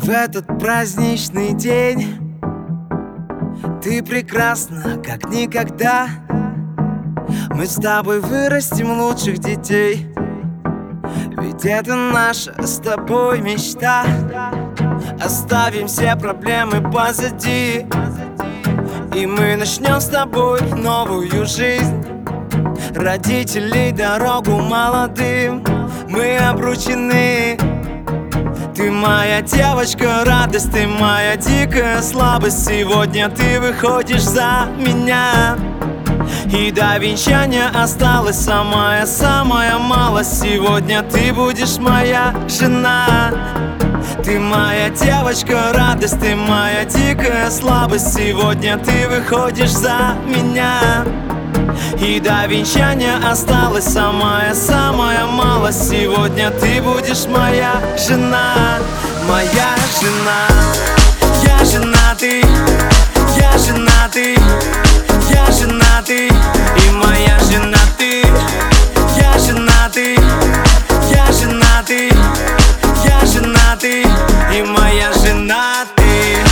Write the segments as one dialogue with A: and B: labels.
A: В этот праздничный день ты прекрасна, как никогда. Мы с тобой вырастим лучших детей, ведь это наша с тобой мечта. Оставим все проблемы позади, и мы начнем с тобой новую жизнь. Родителей дорогу молодым мы обручены. Ты моя девочка, радость, ты моя дикая слабость. Сегодня ты выходишь за меня, и до венчания осталась самая малость. Сегодня ты будешь моя жена. Ты моя девочка, радость, ты моя дикая слабость. Сегодня ты выходишь за меня, и до венчания осталась самая малость. Сегодня ты будешь моя жена, моя жена. Я женатый, я женатый, я женатый, и моя жена ты. Я женатый, я женатый, я женатый, и моя жена ты.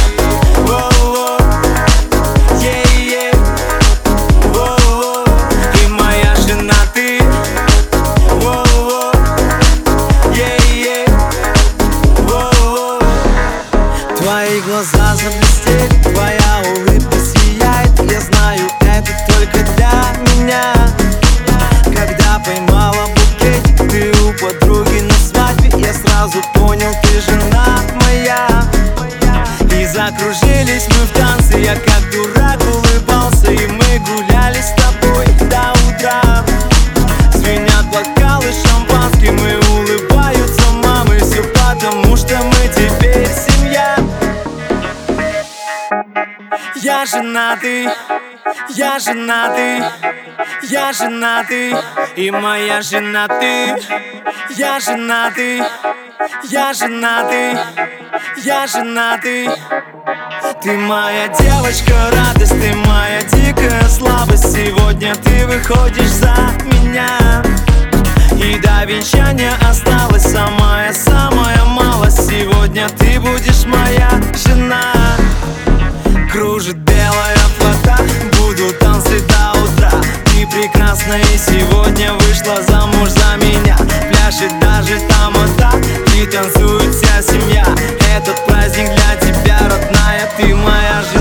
A: Твои глаза заблестели, твоя улыбка сияет. Я знаю, это только для меня. Когда поймала букетик ты у подруги на свадьбе, я сразу понял, ты жена моя. И закружились мы в танце, я как дурак улыбался, и мы гуляли с тобой до утра. Звенят бокалы шампанским, и улыбаются мамы. Все потому, что мы теперь семья. Я женатый, я женатый, я женатый, и моя жена ты. Я женатый, я женатый, я женатый. Ты моя девочка, радость, ты моя дикая слабость. Сегодня ты выходишь за меня, и до венчания осталась самая малость. Сегодня ты будешь моя жена. Кружит белая флота, будут танцы до утра. Ты прекрасна и сегодня вышла замуж за меня. Пляшет даже тамада, и танцует вся семья. Этот праздник для тебя, родная, ты моя жена.